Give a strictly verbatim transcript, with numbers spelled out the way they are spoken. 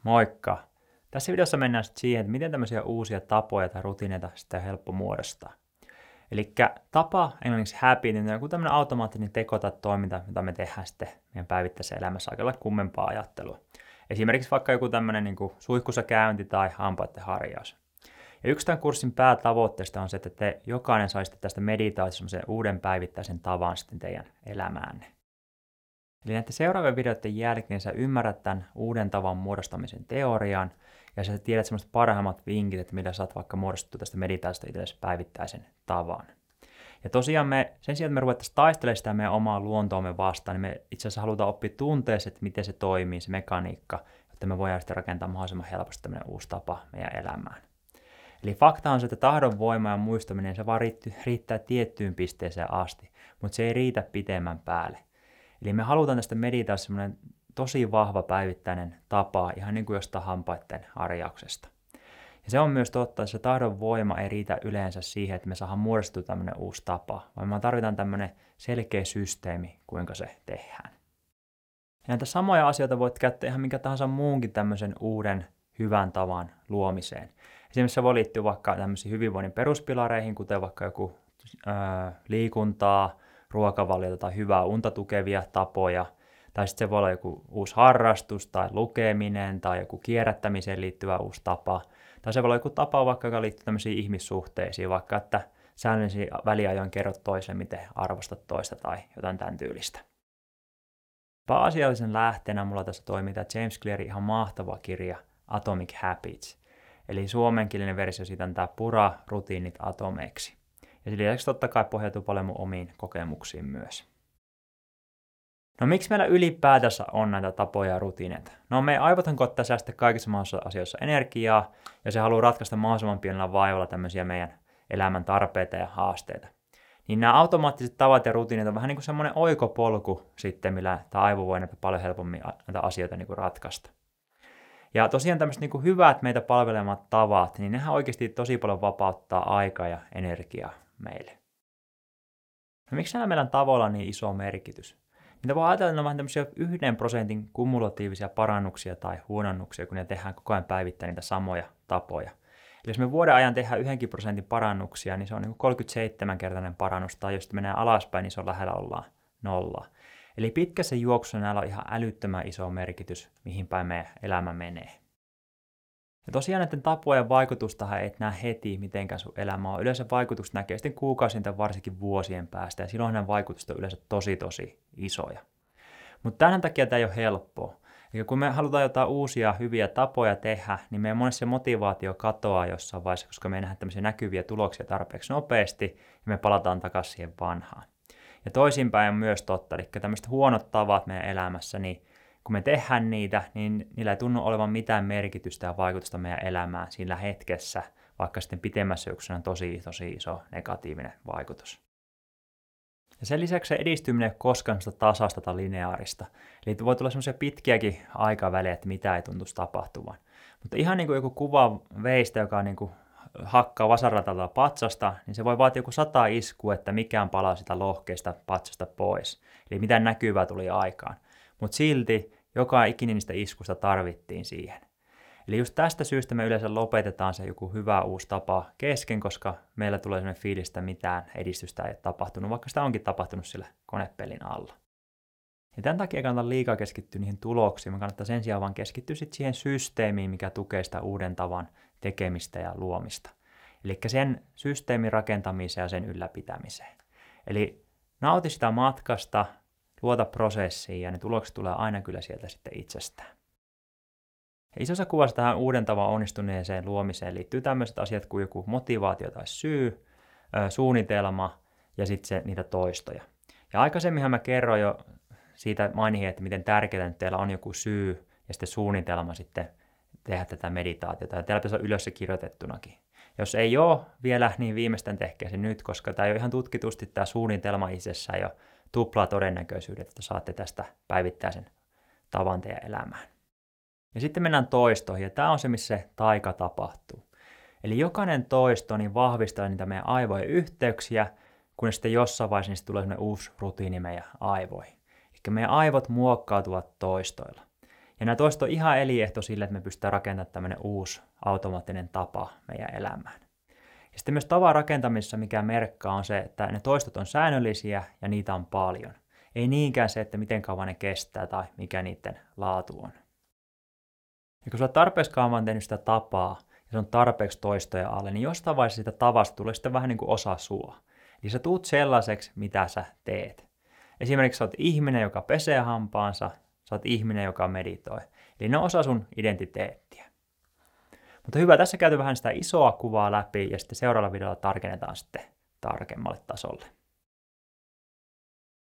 Moikka! Tässä videossa mennään sitten siihen, että miten tämmöisiä uusia tapoja tai rutiineita sitten on helppo muodostaa. Eli tapa, englanniksi habit, niin on joku tämmöinen automaattinen teko tai toiminta, mitä me tehdään sitten meidän päivittäisessä elämässä aika lailla kummempaa ajattelua. Esimerkiksi vaikka joku tämmöinen niin kuin suihkussa käynti tai hampaiden harjaus. Ja yksi tämän kurssin päätavoitteista on se, että te jokainen saisitte tästä meditaatiosta semmoisen uuden päivittäisen tavan sitten teidän elämäänne. Eli näiden seuraavien videoiden jälkeen sä ymmärrät tämän uuden tavan muodostamisen teorian, ja sä tiedät semmoiset parhaimmat vinkit, että millä saat vaikka muodostettua tästä meditaatiosta itsellesi päivittäisen tavan. Ja tosiaan me, sen sijaan, että me ruvettaisiin taistelemaan sitä meidän omaa luontoamme vastaan, niin me itse asiassa halutaan oppia tunteessa, että miten se toimii, se mekaniikka, jotta me voidaan sitten rakentaa mahdollisimman helposti tämmöinen uusi tapa meidän elämään. Eli fakta on se, että tahdon voima ja muistaminen, se vaan riittää tiettyyn pisteeseen asti, mutta se ei riitä pitemmän päälle. Eli me halutaan tästä meditaatiosta semmoinen tosi vahva päivittäinen tapa, ihan niin kuin jostain hampaiden harjauksesta. Ja se on myös totta, että se tahdon voima ei riitä yleensä siihen, että me saadaan muodostua tämmöinen uusi tapa, vaan me tarvitaan tämmöinen selkeä systeemi, kuinka se tehdään. Ja näitä samoja asioita voit käyttää ihan minkä tahansa muunkin tämmöisen uuden hyvän tavan luomiseen. Esimerkiksi se voi liittyä vaikka tämmöisiin hyvinvoinnin peruspilareihin, kuten vaikka joku ää, liikuntaa, ruokavaliota tai hyvää unta tukevia tapoja, tai sitten se voi olla joku uusi harrastus tai lukeminen tai joku kierrättämiseen liittyvä uusi tapa, tai se voi olla joku tapa vaikka, joka liittyy tämmöisiin ihmissuhteisiin, vaikka että säännöllisiin väliajoin kerrot toiselle, miten arvostat toista tai jotain tämän tyylistä. Pääasiallisen lähteenä mulla tässä toimii tämä James Clearin ihan mahtava kirja Atomic Habits, eli suomenkielinen versio siitä on tämä Pura rutiinit atomeiksi. Ja sen lisäksi totta kai pohjautuu paljon mun omiin kokemuksiin myös. No miksi meillä ylipäätänsä on näitä tapoja ja rutiineita? No meidän aivothan koittaa säästää kaikissa mahdollisissa asioissa energiaa, ja se haluaa ratkaista mahdollisimman pienellä vaivalla tämmöisiä meidän elämän tarpeita ja haasteita. Niin nämä automaattiset tavat ja rutiinit on vähän niin kuin semmoinen oikopolku sitten, millä tämä aivo voi paljon helpommin näitä asioita niin kuin ratkaista. Ja tosiaan tämmöiset niin kuin hyvät meitä palvelemat tavat, niin nehän oikeasti tosi paljon vapauttaa aikaa ja energiaa meille. No miksi näillä meidän tavoilla on niin iso merkitys? Niitä voi ajatella, että ne on vähän tämmöisiä yhden prosentin kumulatiivisia parannuksia tai huononnuksia, kun ne tehdään koko ajan päivittäin niitä samoja tapoja. Eli jos me vuoden ajan tehdään yhdenkin prosentin parannuksia, niin se on niin kuin kolmekymmentäseitsemän-kertainen parannus, tai jos menee alaspäin, niin se on lähellä ollaan nolla. Eli pitkässä juoksussa näillä on ihan älyttömän iso merkitys, mihin päin meidän elämä menee. Ja tosiaan näiden tapojen vaikutustahan et näe heti, mitenkään sun elämä on. Yleensä vaikutus näkee sitten kuukausien tai varsinkin vuosien päästä, ja silloin nämä vaikutukset on yleensä tosi tosi isoja. Mutta tämän takia tämä ei ole helppoa. Eli kun me halutaan jotain uusia hyviä tapoja tehdä, niin meidän monessa motivaatio katoaa jossain vaiheessa, koska me ei nähdä tämmöisiä näkyviä tuloksia tarpeeksi nopeasti, ja me palataan takaisin siihen vanhaan. Ja toisinpäin on myös totta, eli tämmöiset huonot tavat meidän elämässä, niin kun me tehdään niitä, niin niillä ei tunnu olevan mitään merkitystä ja vaikutusta meidän elämään siinä hetkessä, vaikka sitten pitemmässä juoksussa on tosi, tosi iso negatiivinen vaikutus. Ja sen lisäksi se edistyminen ei ole koskaan sitä tasasta tai lineaarista. Eli voi tulla semmoisia pitkiäkin aikavälejä, että mitä ei tuntuisi tapahtuvan. Mutta ihan niin kuin joku kuva veistä, joka niin kuin hakkaa vasaralta patsasta, niin se voi vaatia joku sata iskua, että mikään palaa sitä lohkeista patsasta pois. Eli mitään näkyvää tuli aikaan. Mutta silti joka ikinen niistä iskusta tarvittiin siihen. Eli just tästä syystä me yleensä lopetetaan se joku hyvä uusi tapa kesken, koska meillä tulee sellainen fiilis, että mitään edistystä ei ole tapahtunut, vaikka sitä onkin tapahtunut sillä konepelin alla. Ja tämän takia kannattaa liikaa keskittyä niihin tuloksiin, me kannattaa sen sijaan vaan keskittyä sit siihen systeemiin, mikä tukee sitä uuden tavan tekemistä ja luomista. Eli sen systeemin rakentamiseen ja sen ylläpitämiseen. Eli nauti sitä matkasta, luota prosessiin ja ne tulokset tulee aina kyllä sieltä sitten itsestään. Ja isossa kuvassa tähän uuden tavan onnistuneeseen luomiseen liittyy tämmöiset asiat kuin joku motivaatio tai syy, suunnitelma ja sitten niitä toistoja. Ja aikaisemminhan mä kerroin jo siitä mainihin, että miten tärkeää nyt teillä on joku syy ja sitten suunnitelma sitten tehdä tätä meditaatiota. Ja teillä pitäisi olla ylös se kirjoitettunakin. Jos ei ole vielä, niin viimeistään tehkää se nyt, koska tämä ei ole ihan tutkitusti tämä suunnitelma itsessään jo tuplaa todennäköisyydet, että saatte tästä päivittäisen tavan teidän elämään. Ja sitten mennään toistoihin, ja tämä on se, missä se taika tapahtuu. Eli jokainen toisto niin vahvistaa niitä meidän aivojen yhteyksiä, kunnes sitten jossain vaiheessa niistä tulee sellainen uusi rutiini meidän aivoihin. Eli meidän aivot muokkautuvat toistoilla. Ja nämä toistot on ihan eliehto sille, että me pystytään rakentamaan tämmöinen uusi automaattinen tapa meidän elämään. Ja sitten myös tavan rakentamisessa, mikä merkkaa, on se, että ne toistot on säännöllisiä ja niitä on paljon. Ei niinkään se, että miten kauan ne kestää tai mikä niiden laatu on. Ja kun sä oot tarpeeksi kauan tehnyt sitä tapaa ja se on tarpeeksi toistoja alle, niin jostain vaiheessa siitä tavasta tulee sitten vähän niin kuin osa sua. Eli sä tuut sellaiseksi, mitä sä teet. Esimerkiksi sä oot ihminen, joka pesee hampaansa, sä oot ihminen, joka meditoi. Eli ne on osa sun identiteettiä. Mutta hyvä, tässä käyty vähän sitä isoa kuvaa läpi ja sitten seuraavalla videolla tarkennetaan sitten tarkemmalle tasolle.